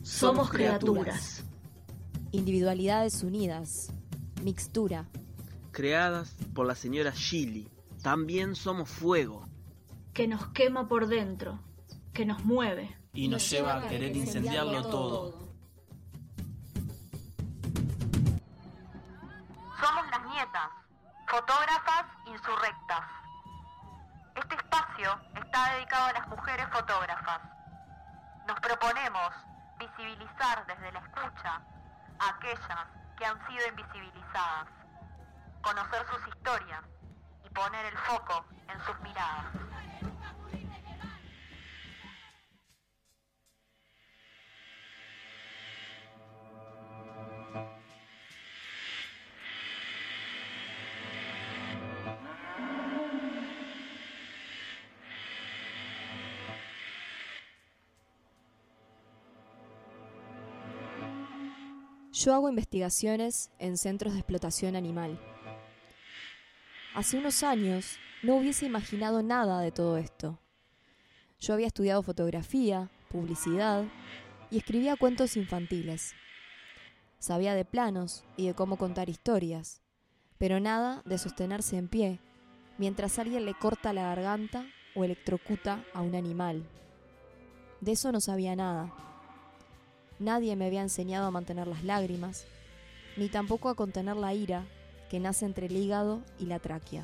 Somos criaturas. Individualidades unidas. Mixtura. Creadas por la señora Gili. También somos fuego. Que nos quema por dentro. Que nos mueve. Y nos lleva a querer incendiarlo todo. Somos las nietas, fotógrafas insurrectas. Este espacio está dedicado a las mujeres fotógrafas. Nos proponemos visibilizar desde la escucha a aquellas que han sido invisibilizadas, conocer sus historias y poner el foco en sus miradas. Yo hago investigaciones en centros de explotación animal. Hace unos años no hubiese imaginado nada de todo esto. Yo había estudiado fotografía, publicidad y escribía cuentos infantiles. Sabía de planos y de cómo contar historias, pero nada de sostenerse en pie mientras alguien le corta la garganta o electrocuta a un animal. De eso no sabía nada. Nadie me había enseñado a mantener las lágrimas, ni tampoco a contener la ira que nace entre el hígado y la tráquea.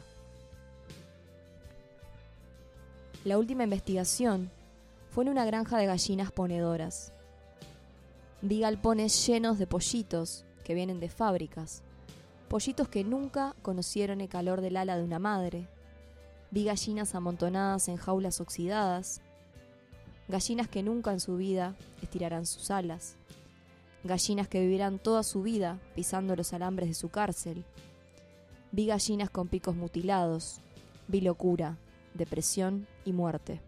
La última investigación fue en una granja de gallinas ponedoras. Vi galpones llenos de pollitos que vienen de fábricas, pollitos que nunca conocieron el calor del ala de una madre. Vi gallinas amontonadas en jaulas oxidadas, gallinas que nunca en su vida estirarán sus alas, gallinas que vivirán toda su vida pisando los alambres de su cárcel. Vi gallinas con picos mutilados, vi locura, depresión y muerte.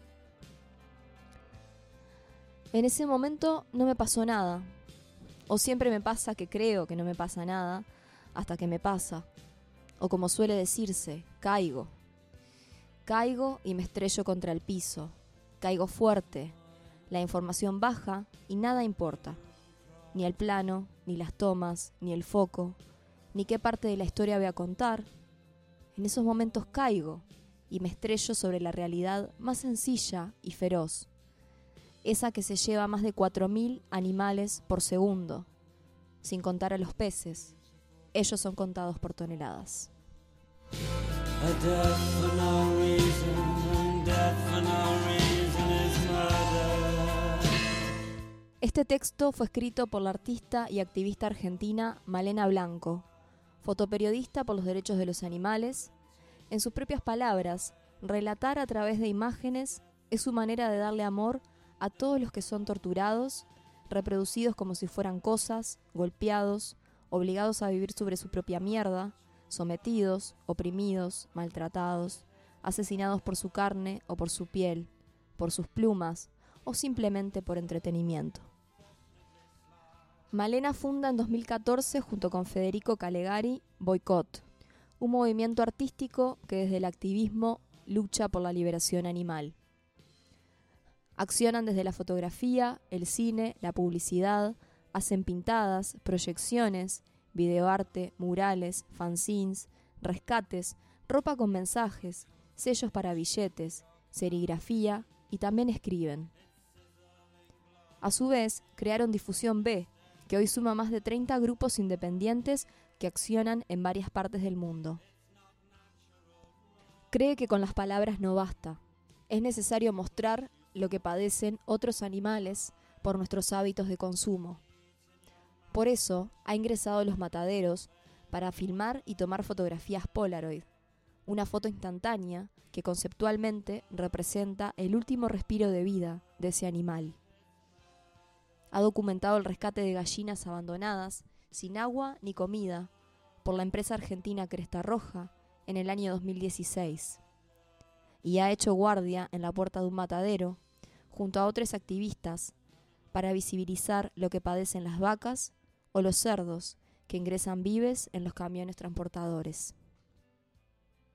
En ese momento no me pasó nada, o siempre me pasa que creo que no me pasa nada hasta que me pasa, o como suele decirse, caigo. Caigo y me estrello contra el piso. Caigo fuerte, la información baja y nada importa. Ni el plano, ni las tomas, ni el foco, ni qué parte de la historia voy a contar. En esos momentos caigo y me estrello sobre la realidad más sencilla y feroz. Esa que se lleva más de 4.000 animales por segundo, sin contar a los peces. Ellos son contados por toneladas. A death for no reason, death for no reason is murder. Este texto fue escrito por la artista y activista argentina Malena Blanco, fotoperiodista por los derechos de los animales. En sus propias palabras, relatar a través de imágenes es su manera de darle amor a todos los que son torturados, reproducidos como si fueran cosas, golpeados, obligados a vivir sobre su propia mierda, sometidos, oprimidos, maltratados, asesinados por su carne o por su piel, por sus plumas o simplemente por entretenimiento. Malena funda en 2014 junto con Federico Calegari Boicot, un movimiento artístico que desde el activismo lucha por la liberación animal. Accionan desde la fotografía, el cine, la publicidad, hacen pintadas, proyecciones, videoarte, murales, fanzines, rescates, ropa con mensajes, sellos para billetes, serigrafía y también escriben. A su vez, crearon Difusión B, que hoy suma más de 30 grupos independientes que accionan en varias partes del mundo. Cree que con las palabras no basta. Es necesario mostrar lo que padecen otros animales por nuestros hábitos de consumo. Por eso ha ingresado a los mataderos para filmar y tomar fotografías Polaroid, una foto instantánea que conceptualmente representa el último respiro de vida de ese animal. Ha documentado el rescate de gallinas abandonadas, sin agua ni comida, por la empresa argentina Cresta Roja en el año 2016. Y ha hecho guardia en la puerta de un matadero, junto a otros activistas, para visibilizar lo que padecen las vacas o los cerdos que ingresan vives en los camiones transportadores.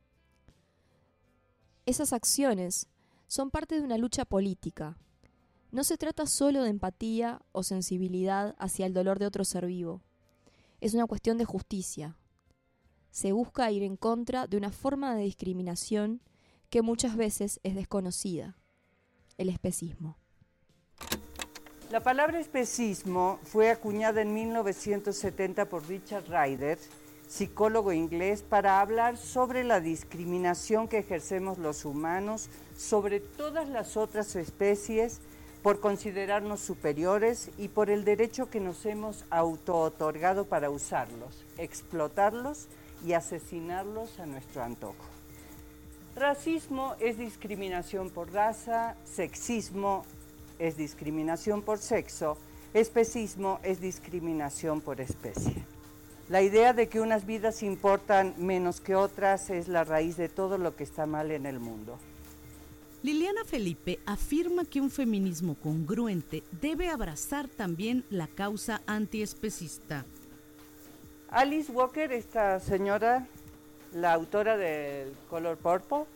Esas acciones son parte de una lucha política. No se trata solo de empatía o sensibilidad hacia el dolor de otro ser vivo. Es una cuestión de justicia. Se busca ir en contra de una forma de discriminación que muchas veces es desconocida: el especismo. La palabra especismo fue acuñada en 1970 por Richard Ryder, psicólogo inglés, para hablar sobre la discriminación que ejercemos los humanos sobre todas las otras especies por considerarnos superiores y por el derecho que nos hemos auto-otorgado para usarlos, explotarlos y asesinarlos a nuestro antojo. Racismo es discriminación por raza, sexismo es discriminación por sexo, especismo es discriminación por especie. La idea de que unas vidas importan menos que otras es la raíz de todo lo que está mal en el mundo. Liliana Felipe afirma que un feminismo congruente debe abrazar también la causa antiespecista. Alice Walker, esta señora, la autora del Color Purple,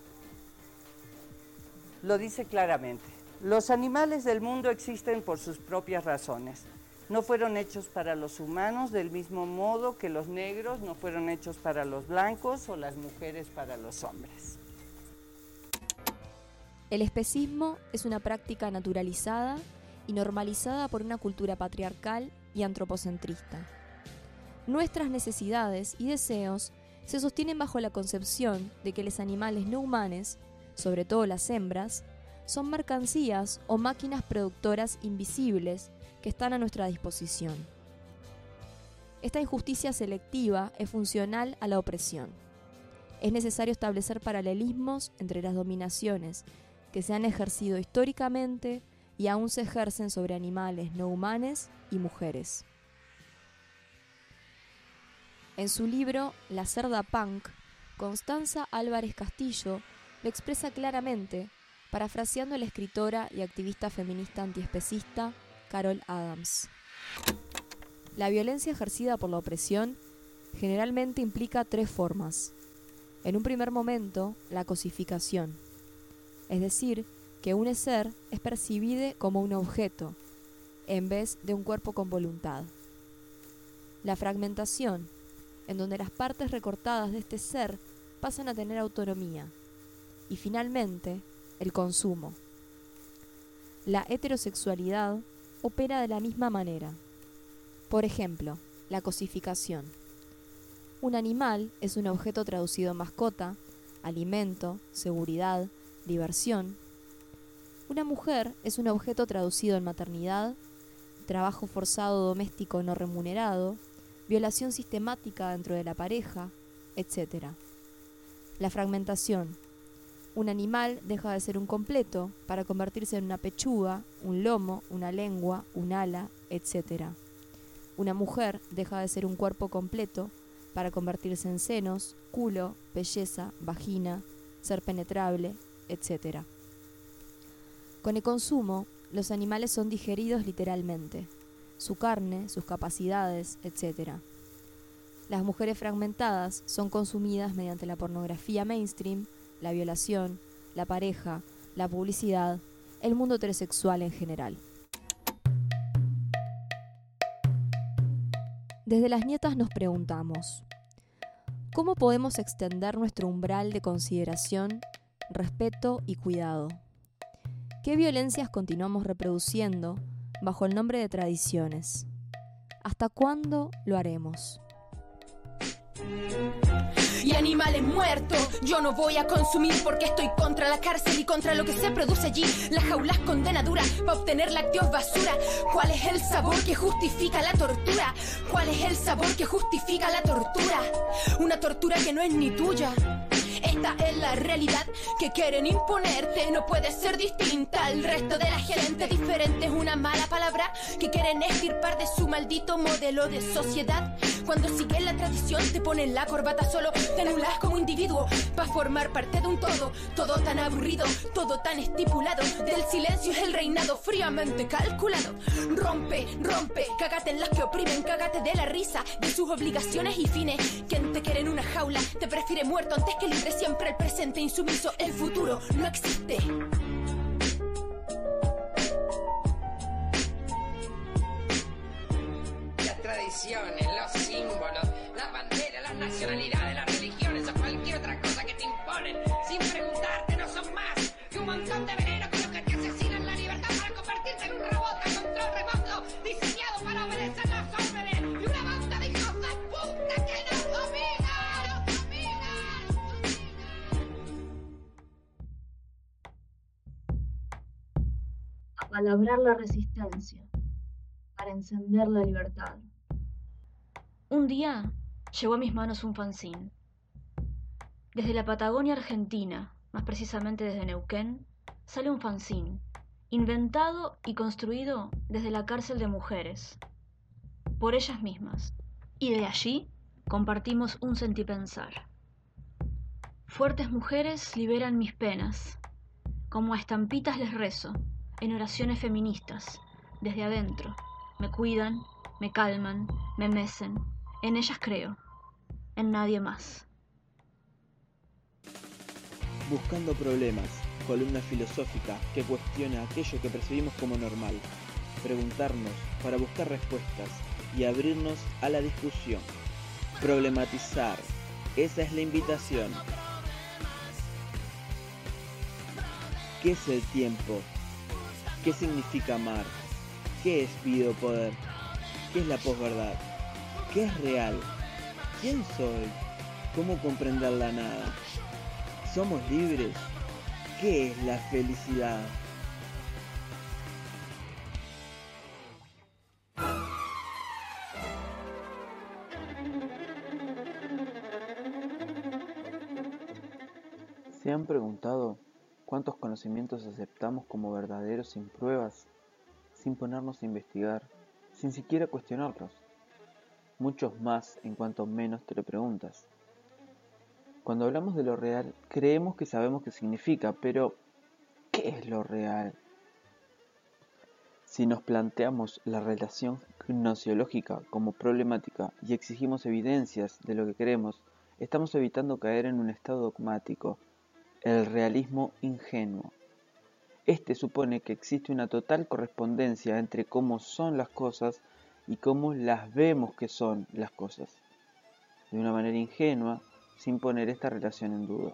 lo dice claramente. Los animales del mundo existen por sus propias razones. No fueron hechos para los humanos del mismo modo que los negros no fueron hechos para los blancos o las mujeres para los hombres. El especismo es una práctica naturalizada y normalizada por una cultura patriarcal y antropocentrista. Nuestras necesidades y deseos se sostienen bajo la concepción de que los animales no humanos, sobre todo las hembras, son mercancías o máquinas productoras invisibles que están a nuestra disposición. Esta injusticia selectiva es funcional a la opresión. Es necesario establecer paralelismos entre las dominaciones que se han ejercido históricamente y aún se ejercen sobre animales no humanos y mujeres. En su libro La cerda punk, Constanza Álvarez Castillo lo expresa claramente, parafraseando a la escritora y activista feminista antiespecista Carol Adams. La violencia ejercida por la opresión generalmente implica tres formas. En un primer momento, la cosificación, es decir, que un ser es percibido como un objeto, en vez de un cuerpo con voluntad. La fragmentación, en donde las partes recortadas de este ser pasan a tener autonomía. Y finalmente, el consumo. La heterosexualidad opera de la misma manera. Por ejemplo, la cosificación. Un animal es un objeto traducido en mascota, alimento, seguridad, diversión. Una mujer es un objeto traducido en maternidad, trabajo forzado doméstico no remunerado, violación sistemática dentro de la pareja, etc. La fragmentación. Un animal deja de ser un completo para convertirse en una pechuga, un lomo, una lengua, un ala, etc. Una mujer deja de ser un cuerpo completo para convertirse en senos, culo, belleza, vagina, ser penetrable, etc. Con el consumo, los animales son digeridos literalmente, su carne, sus capacidades, etc. Las mujeres fragmentadas son consumidas mediante la pornografía mainstream, la violación, la pareja, la publicidad, el mundo heterosexual en general. Desde las nietas nos preguntamos, ¿cómo podemos extender nuestro umbral de consideración, respeto y cuidado? ¿Qué violencias continuamos reproduciendo bajo el nombre de tradiciones? ¿Hasta cuándo lo haremos? Y animales muertos, yo no voy a consumir porque estoy contra la cárcel y contra lo que se produce allí. Las jaulas condenaduras para obtener lácteos basura. ¿Cuál es el sabor que justifica la tortura? ¿Cuál es el sabor que justifica la tortura? Una tortura que no es ni tuya. Esta es la realidad que quieren imponerte. No puede ser distinta al resto de la gente. Diferente es una mala palabra que quieren extirpar de su maldito modelo de sociedad. Cuando sigues la tradición te ponen la corbata solo. Te anulas como individuo para formar parte de un todo. Todo tan aburrido, todo tan estipulado. Del silencio es el reinado fríamente calculado. Rompe, rompe, cágate en las que oprimen. Cágate de la risa, de sus obligaciones y fines. Quien te quiere en una jaula te prefiere muerto antes que libre. Siempre el presente insumiso, el futuro no existe. tradiciones, los símbolos, la bandera, las nacionalidades, las religiones o cualquier otra cosa que te imponen, sin preguntarte, no son más que un montón de veneno con los que te asesinan la libertad para convertirte en un robot a control remoto, diseñado para obedecer las órdenes y una banda de hijos de puta que nos dominan, nos dominan. Apalabrar la resistencia para encender la libertad. Un día llegó a mis manos un fanzine. Desde la Patagonia Argentina, más precisamente desde Neuquén, sale un fanzine, inventado y construido desde la cárcel de mujeres, por ellas mismas. Y de allí compartimos un sentipensar. Fuertes mujeres liberan mis penas, como a estampitas les rezo, en oraciones feministas, desde adentro. Me cuidan, me calman, me mecen. En ellas creo, en nadie más. Buscando problemas, columna filosófica que cuestiona aquello que percibimos como normal. Preguntarnos para buscar respuestas y abrirnos a la discusión. Problematizar, esa es la invitación. ¿Qué es el tiempo? ¿Qué significa amar? ¿Qué es vida o poder? ¿Qué es la posverdad? ¿Qué es real? ¿Quién soy? ¿Cómo comprender la nada? ¿Somos libres? ¿Qué es la felicidad? ¿Se han preguntado cuántos conocimientos aceptamos como verdaderos sin pruebas, sin ponernos a investigar, sin siquiera cuestionarlos? Muchos más en cuanto menos te lo preguntas. Cuando hablamos de lo real, creemos que sabemos qué significa, pero ¿qué es lo real? Si nos planteamos la relación gnosiológica como problemática y exigimos evidencias de lo que queremos, estamos evitando caer en un estado dogmático, el realismo ingenuo. Este supone que existe una total correspondencia entre cómo son las cosas y cómo las vemos que son las cosas, de una manera ingenua, sin poner esta relación en duda.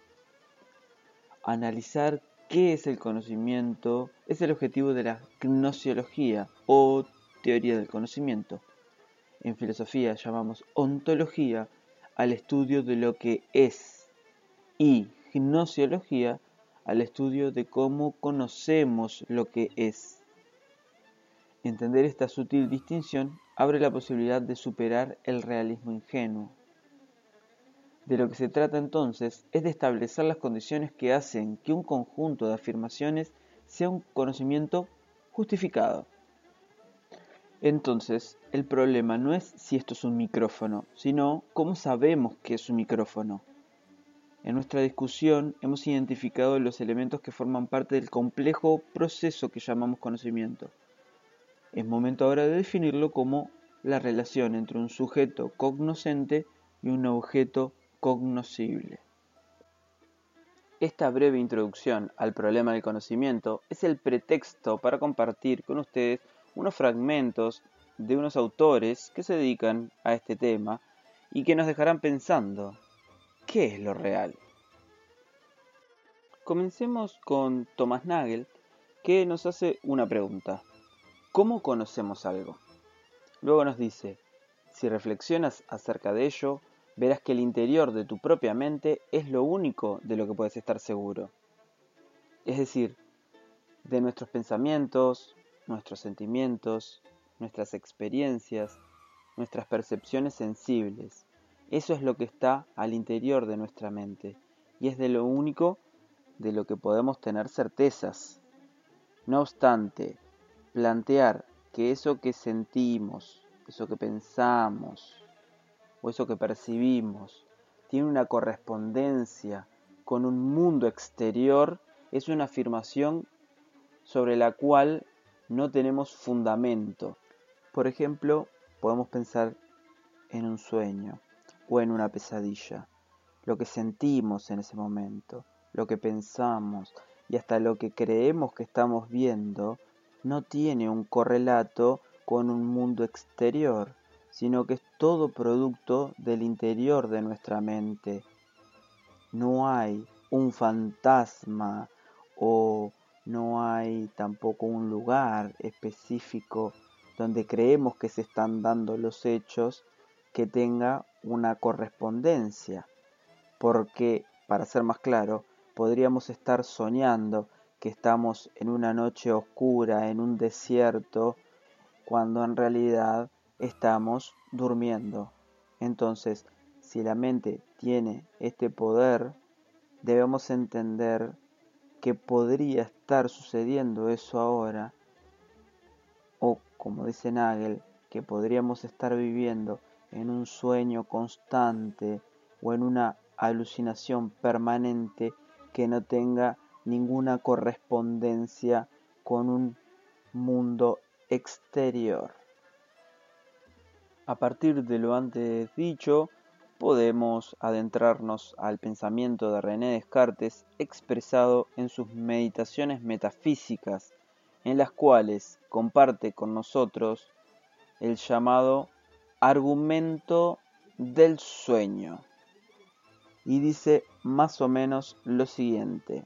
Analizar qué es el conocimiento es el objetivo de la gnosiología o teoría del conocimiento. En filosofía llamamos ontología al estudio de lo que es y gnosiología al estudio de cómo conocemos lo que es. Entender esta sutil distinción abre la posibilidad de superar el realismo ingenuo. De lo que se trata entonces es de establecer las condiciones que hacen que un conjunto de afirmaciones sea un conocimiento justificado. Entonces, el problema no es si esto es un micrófono, sino cómo sabemos que es un micrófono. En nuestra discusión hemos identificado los elementos que forman parte del complejo proceso que llamamos conocimiento. Es momento ahora de definirlo como la relación entre un sujeto cognoscente y un objeto cognoscible. Esta breve introducción al problema del conocimiento es el pretexto para compartir con ustedes unos fragmentos de unos autores que se dedican a este tema y que nos dejarán pensando, ¿qué es lo real? Comencemos con Thomas Nagel, que nos hace una pregunta. ¿Cómo conocemos algo? Luego nos dice, si reflexionas acerca de ello, verás que el interior de tu propia mente es lo único de lo que puedes estar seguro. Es decir, de nuestros pensamientos, nuestros sentimientos, nuestras experiencias, nuestras percepciones sensibles. Eso es lo que está al interior de nuestra mente y es de lo único de lo que podemos tener certezas. No obstante, plantear que eso que sentimos, eso que pensamos o eso que percibimos tiene una correspondencia con un mundo exterior es una afirmación sobre la cual no tenemos fundamento. Por ejemplo, podemos pensar en un sueño o en una pesadilla, lo que sentimos en ese momento, lo que pensamos y hasta lo que creemos que estamos viendo no tiene un correlato con un mundo exterior, sino que es todo producto del interior de nuestra mente. No hay un fantasma o no hay tampoco un lugar específico donde creemos que se están dando los hechos que tenga una correspondencia. Porque, para ser más claro, podríamos estar soñando que estamos en una noche oscura, en un desierto, cuando en realidad estamos durmiendo. Entonces, si la mente tiene este poder, debemos entender que podría estar sucediendo eso ahora, o como dice Nagel, que podríamos estar viviendo en un sueño constante o en una alucinación permanente que no tenga ninguna correspondencia con un mundo exterior. A partir de lo antes dicho, podemos adentrarnos al pensamiento de René Descartes expresado en sus meditaciones metafísicas, en las cuales comparte con nosotros el llamado argumento del sueño. Y dice más o menos lo siguiente.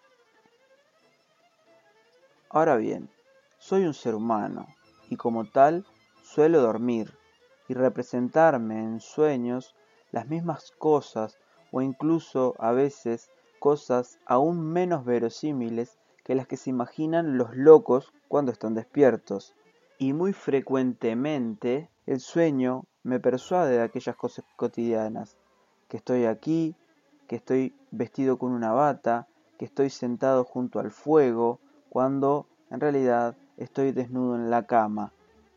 Ahora bien, soy un ser humano y como tal suelo dormir y representarme en sueños las mismas cosas o incluso a veces cosas aún menos verosímiles que las que se imaginan los locos cuando están despiertos. Y muy frecuentemente el sueño me persuade de aquellas cosas cotidianas, que estoy aquí, que estoy vestido con una bata, que estoy sentado junto al fuego, cuando en realidad estoy desnudo en la cama.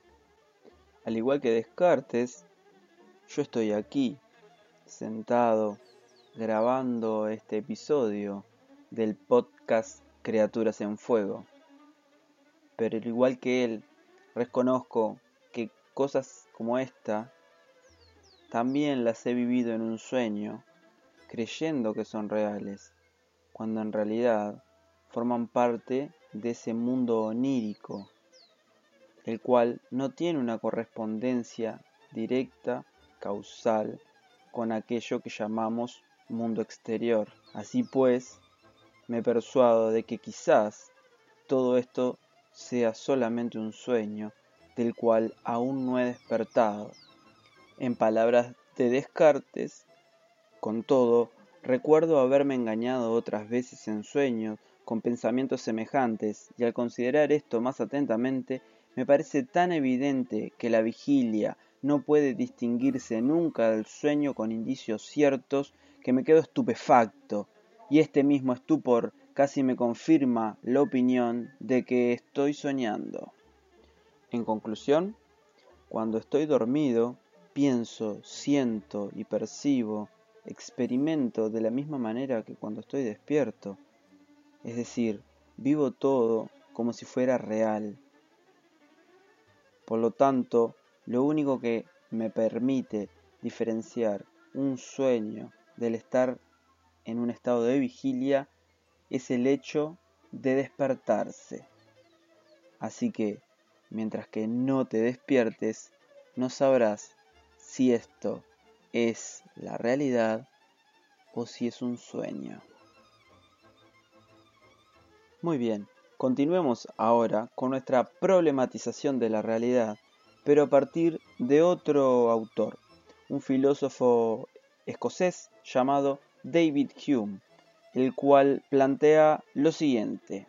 Al igual que Descartes, yo estoy aquí, sentado, grabando este episodio del podcast Criaturas en Fuego. Pero al igual que él, reconozco que cosas como esta también las he vivido en un sueño, creyendo que son reales, cuando en realidad forman parte de ese mundo onírico, el cual no tiene una correspondencia directa, causal, con aquello que llamamos mundo exterior. Así pues, me persuado de que quizás todo esto sea solamente un sueño, del cual aún no he despertado. En palabras de Descartes, con todo, recuerdo haberme engañado otras veces en sueños con pensamientos semejantes, y al considerar esto más atentamente, me parece tan evidente que la vigilia no puede distinguirse nunca del sueño con indicios ciertos, que me quedo estupefacto, y este mismo estupor casi me confirma la opinión de que estoy soñando. En conclusión, cuando estoy dormido, pienso, siento y percibo, experimento de la misma manera que cuando estoy despierto. Es decir, vivo todo como si fuera real. Por lo tanto, lo único que me permite diferenciar un sueño del estar en un estado de vigilia es el hecho de despertarse. Así que, mientras que no te despiertes, no sabrás si esto es la realidad o si es un sueño. Muy bien, continuemos ahora con nuestra problematización de la realidad, pero a partir de otro autor, un filósofo escocés llamado David Hume, el cual plantea lo siguiente.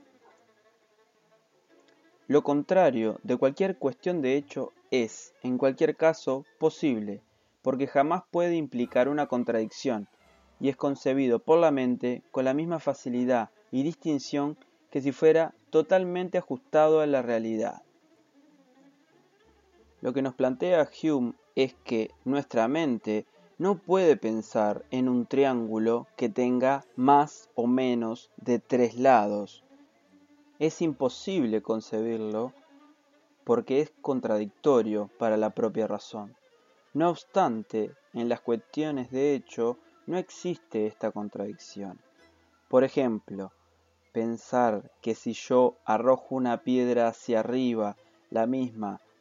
Lo contrario de cualquier cuestión de hecho es, en cualquier caso, posible, porque jamás puede implicar una contradicción, y es concebido por la mente con la misma facilidad y distinción que si fuera totalmente ajustado a la realidad. Lo que nos plantea Hume es que nuestra mente no puede pensar en un triángulo que tenga más o menos de 3 lados. Es imposible concebirlo porque es contradictorio para la propia razón. No obstante, en las cuestiones de hecho no existe esta contradicción. Por ejemplo, pensar que si yo arrojo una piedra hacia arriba, la misma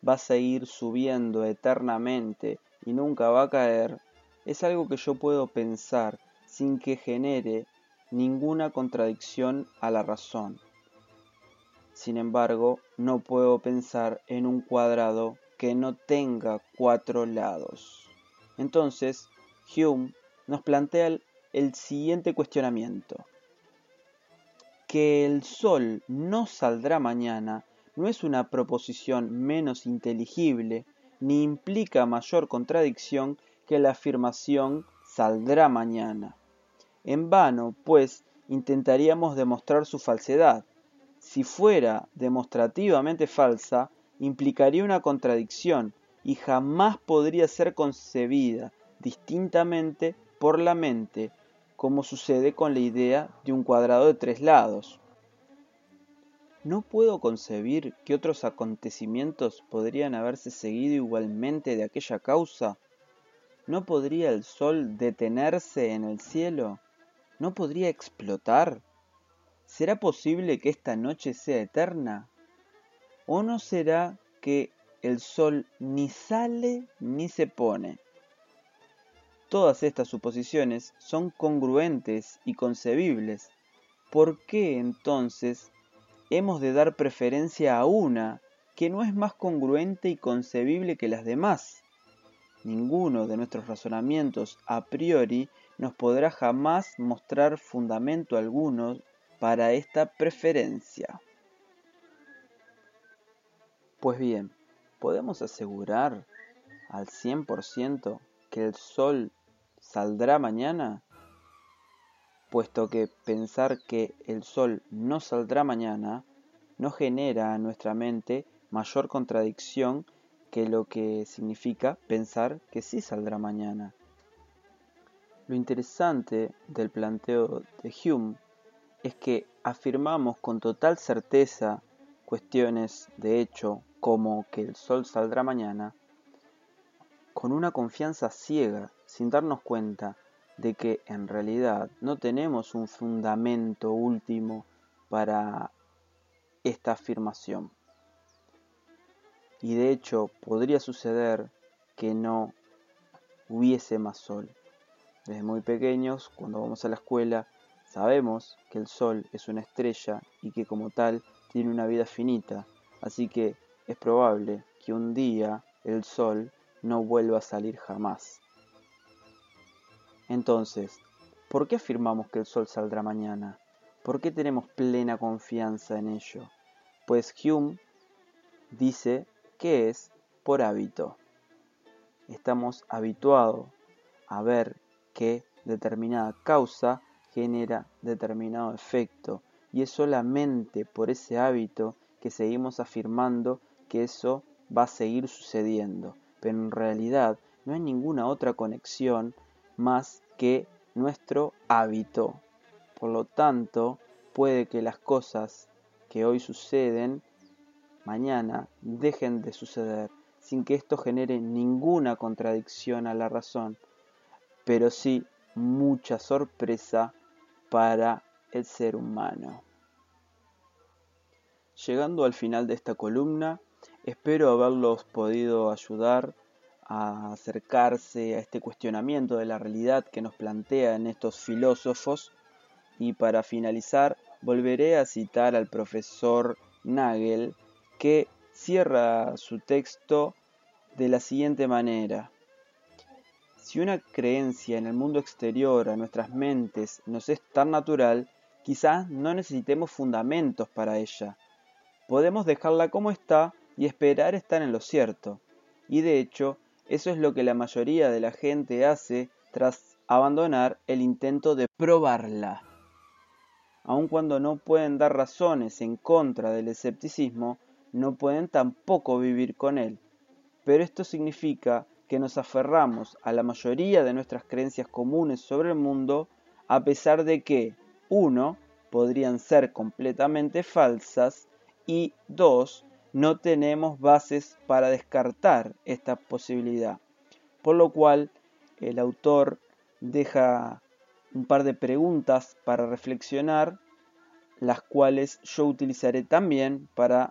va a seguir subiendo eternamente y nunca va a caer, es algo que yo puedo pensar sin que genere ninguna contradicción a la razón. Sin embargo, no puedo pensar en un cuadrado que no tenga 4 lados. Entonces, Hume nos plantea el siguiente cuestionamiento. Que el sol no saldrá mañana no es una proposición menos inteligible ni implica mayor contradicción que la afirmación saldrá mañana. En vano, pues, intentaríamos demostrar su falsedad. Si fuera demostrativamente falsa, implicaría una contradicción y jamás podría ser concebida distintamente por la mente, como sucede con la idea de un cuadrado de 3 lados. ¿No puedo concebir que otros acontecimientos podrían haberse seguido igualmente de aquella causa? ¿No podría el sol detenerse en el cielo? ¿No podría explotar? ¿Será posible que esta noche sea eterna? ¿O no será que el sol ni sale ni se pone? Todas estas suposiciones son congruentes y concebibles. ¿Por qué entonces hemos de dar preferencia a una que no es más congruente y concebible que las demás? Ninguno de nuestros razonamientos a priori nos podrá jamás mostrar fundamento alguno para esta preferencia. Pues bien, ¿podemos asegurar al 100% que el sol saldrá mañana? Puesto que pensar que el sol no saldrá mañana no genera en nuestra mente mayor contradicción que lo que significa pensar que sí saldrá mañana. Lo interesante del planteo de Hume es que afirmamos con total certeza cuestiones de hecho como que el sol saldrá mañana con una confianza ciega, sin darnos cuenta de que en realidad no tenemos un fundamento último para esta afirmación. Y de hecho podría suceder que no hubiese más sol. Desde muy pequeños, cuando vamos a la escuela, sabemos que el sol es una estrella y que como tal tiene una vida finita, así que es probable que un día el sol no vuelva a salir jamás. Entonces, ¿por qué afirmamos que el sol saldrá mañana? ¿Por qué tenemos plena confianza en ello? Pues Hume dice que es por hábito. Estamos habituados a ver que determinada causa genera determinado efecto y es solamente por ese hábito que seguimos afirmando que eso va a seguir sucediendo, pero en realidad no hay ninguna otra conexión más que nuestro hábito. Por lo tanto, puede que las cosas que hoy suceden, mañana dejen de suceder, sin que esto genere ninguna contradicción a la razón, pero sí mucha sorpresa para el ser humano. Llegando al final de esta columna, espero haberlos podido ayudar a acercarse a este cuestionamiento de la realidad que nos plantean estos filósofos, y para finalizar volveré a citar al profesor Nagel, que cierra su texto de la siguiente manera: si una creencia en el mundo exterior a nuestras mentes nos es tan natural, quizás no necesitemos fundamentos para ella. Podemos dejarla como está y esperar estar en lo cierto. Y de hecho, eso es lo que la mayoría de la gente hace tras abandonar el intento de probarla. Aun cuando no pueden dar razones en contra del escepticismo, no pueden tampoco vivir con él. Pero esto significa que nos aferramos a la mayoría de nuestras creencias comunes sobre el mundo, a pesar de que, 1, podrían ser completamente falsas, y 2, no tenemos bases para descartar esta posibilidad. Por lo cual, el autor deja un par de preguntas para reflexionar, las cuales yo utilizaré también para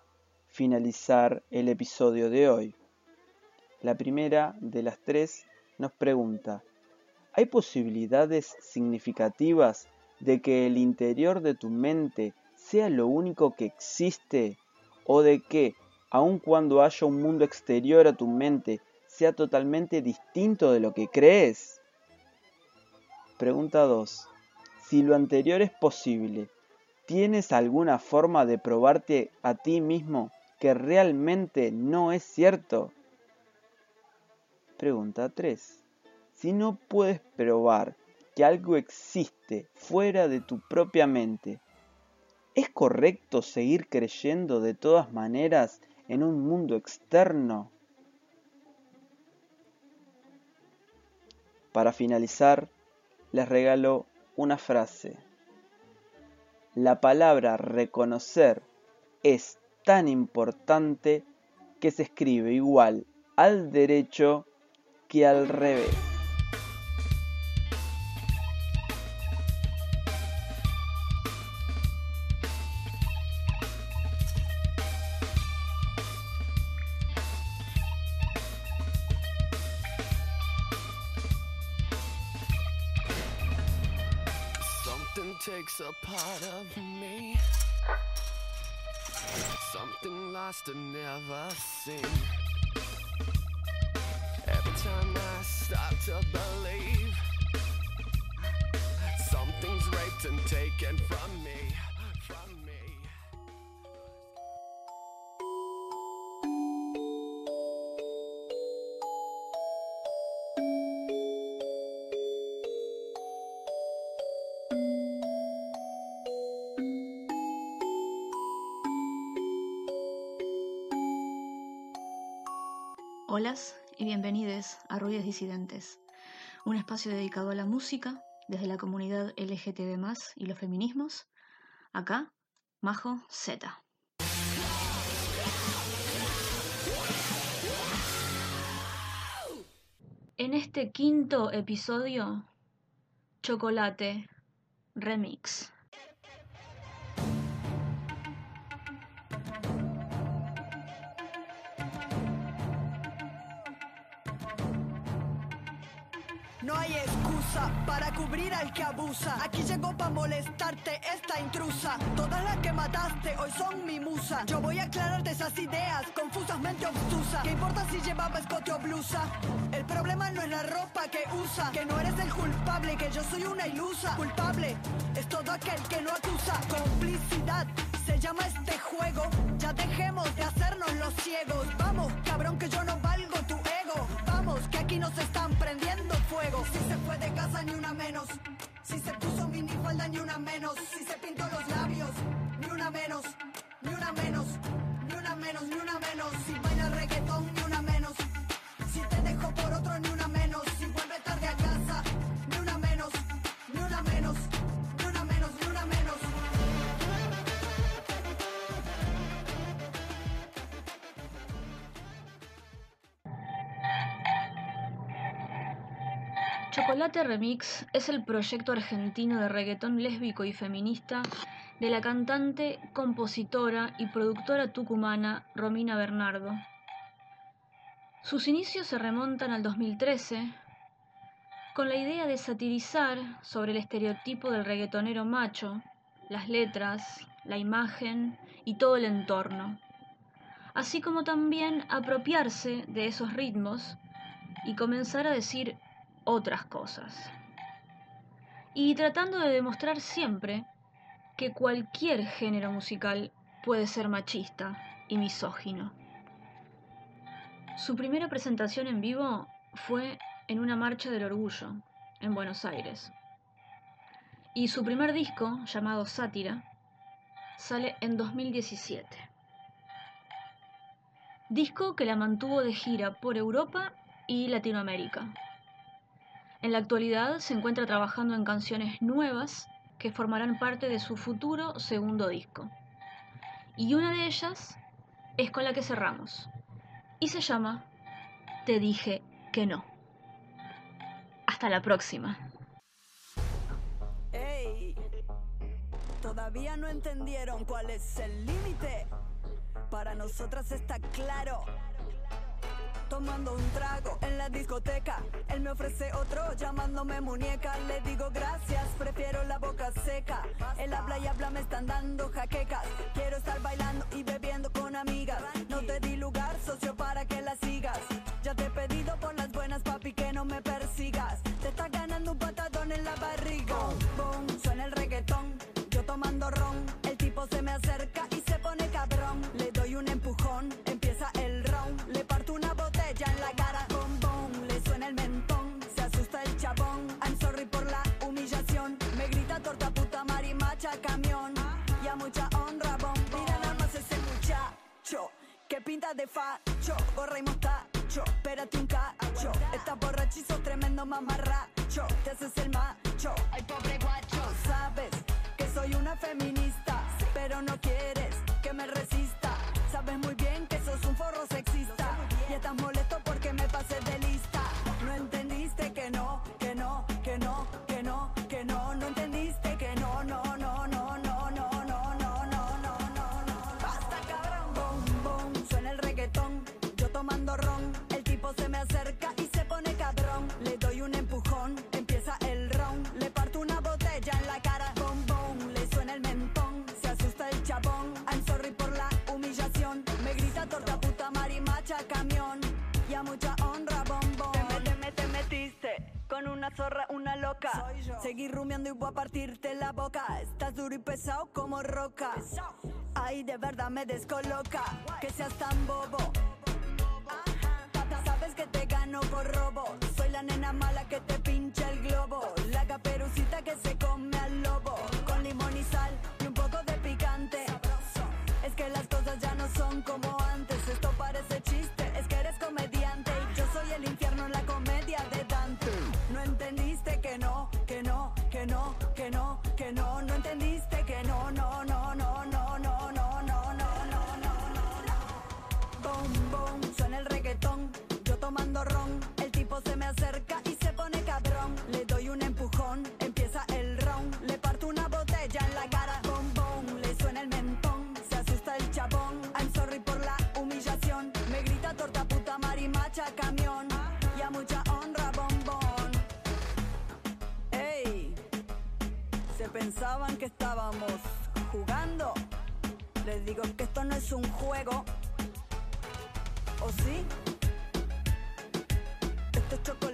finalizar el episodio de hoy. La primera de las tres nos pregunta: ¿hay posibilidades significativas de que el interior de tu mente sea lo único que existe, o de que, aun cuando haya un mundo exterior a tu mente, sea totalmente distinto de lo que crees? Pregunta 2. Si lo anterior es posible, ¿tienes alguna forma de probarte a ti mismo que realmente no es cierto? Pregunta 3. Si no puedes probar que algo existe fuera de tu propia mente, ¿es correcto seguir creyendo de todas maneras en un mundo externo? Para finalizar, les regalo una frase. La palabra reconocer es tan importante que se escribe igual al derecho que al revés. Something takes a part of me, something lost and never seen. Every time I start to believe, something's raped and taken from me, from me. Holas y bienvenidos a Ruidos Disidentes, un espacio dedicado a la música desde la comunidad LGTB+ y los feminismos. Acá, Majo Z. En este quinto episodio, Chocolate Remix. No hay excusa para cubrir al que abusa. Aquí llegó pa' molestarte esta intrusa. Todas las que mataste hoy son mi musa. Yo voy a aclararte esas ideas confusas, mente obtusa. ¿Qué importa si llevaba escote o blusa? El problema no es la ropa que usa. Que no eres el culpable, que yo soy una ilusa. Culpable es todo aquel que no acusa. Complicidad se llama este juego. Ya dejemos de hacernos los ciegos. Vamos, cabrón, que yo no valgo tu ego. Vamos, que aquí nos están prendiendo fuego. Si se fue de casa ni una menos. Si se puso minifalda ni una menos. Si se pintó los labios ni una menos. Ni una menos. Ni una menos, ni una menos. Si baila reggaetón ni una menos. Si te dejó por otro ni una menos. Si vuelve tarde a casa ni una menos. Ni una menos. Ni una menos, ni una menos. Chocolate Remix es el proyecto argentino de reggaetón lésbico y feminista de la cantante, compositora y productora tucumana Romina Bernardo. Sus inicios se remontan al 2013, con la idea de satirizar sobre el estereotipo del reggaetonero macho, las letras, la imagen y todo el entorno, así como también apropiarse de esos ritmos y comenzar a decir otras cosas. Y tratando de demostrar siempre que cualquier género musical puede ser machista y misógino. Su primera presentación en vivo fue en una marcha del orgullo, en Buenos Aires. Y su primer disco, llamado Sátira, sale en 2017. Disco que la mantuvo de gira por Europa y Latinoamérica. En la actualidad se encuentra trabajando en canciones nuevas que formarán parte de su futuro segundo disco. Y una de ellas es con la que cerramos. Y se llama Te dije que no. Hasta la próxima. Ey, todavía no entendieron cuál es el límite. para nosotras está claro. Tomando un trago en la discoteca, él me ofrece otro llamándome muñeca. Le digo gracias, prefiero la boca seca. Él habla y habla, me están dando jaquecas. Quiero estar bailando y bebiendo con amigas. No te di lugar, socio, para que la sigas. Ya te he pedido por las buenas, papi, que no me persigas. Te estás ganando un patadón en la barriga. Boom, boom, suena el reggaetón, yo tomando ron. El tipo se me acerca y se pone cabrón. Le doy un empujón, empieza el round. Le parto una botella en la cara, bom bom. Le suena el mentón, se asusta el chabón. I'm sorry por la humillación. Me grita torta, puta, marimacha, camión. Y a mucha honra, bom bom. Mira nada más ese muchacho, que pinta de facho, gorra y mostacho. Espérate un cacho, estás borracho y sos tremendo mamarracho. Te haces el macho, ay pobre guacho. Sabes que soy una feminista, pero no quieres que me resista. Sabes muy bien que sos un forro sexista y estás molesto porque me pasé de lista. No entendiste que no, que no, que no, que no, que no. No entendiste que no, no, no, no, no, no, no, no, no, no, no, no. Basta, cabrón. Boom, boom, suena el reggaetón, yo tomando ron. El tipo se me acerca y se pone cabrón. Le doy un empujón, empieza el round. Le parto una botella en la cara, boom, boom. Le suena el mentón, se asusta el chabón. I'm sorry por la humillación. Me grita torta, puta, marimacha, camión. Y a mucha honra, bombón. Te metiste con una zorra, una loca. Seguí rumiando y voy a partirte la boca. Estás duro y pesado como roca. Ay, de verdad me descoloca que seas tan bobo. Sabes que te gano por robo. Soy la nena mala que te pincha el globo. La caperucita que se come al lobo. Con limón y sal y un poco de picante. Es que las cosas ya no son como antes. Esto parece chiste, es que eres comediante. Y yo soy el infierno en la comedia de Dante. No entendiste que no, que no, que no, que no, que no. No entendiste que no, no, no, no, no, no, no, no, no, no, no. Boom, boom, suena el reggaetón, yo tomando ron. El tipo se me acerca y se pone cabrón. Le doy un empujón, empieza el round. Le parto una botella en la cara, boom, boom. Le suena el mentón, se asusta el chabón. I'm sorry por la humillación. Me grita torta, puta, marimacha, camión. Y a mucha honra, bombón. Ey, se pensaban que estábamos jugando. Les digo que esto no es un juego. ¿O sí? Esto es chocolate.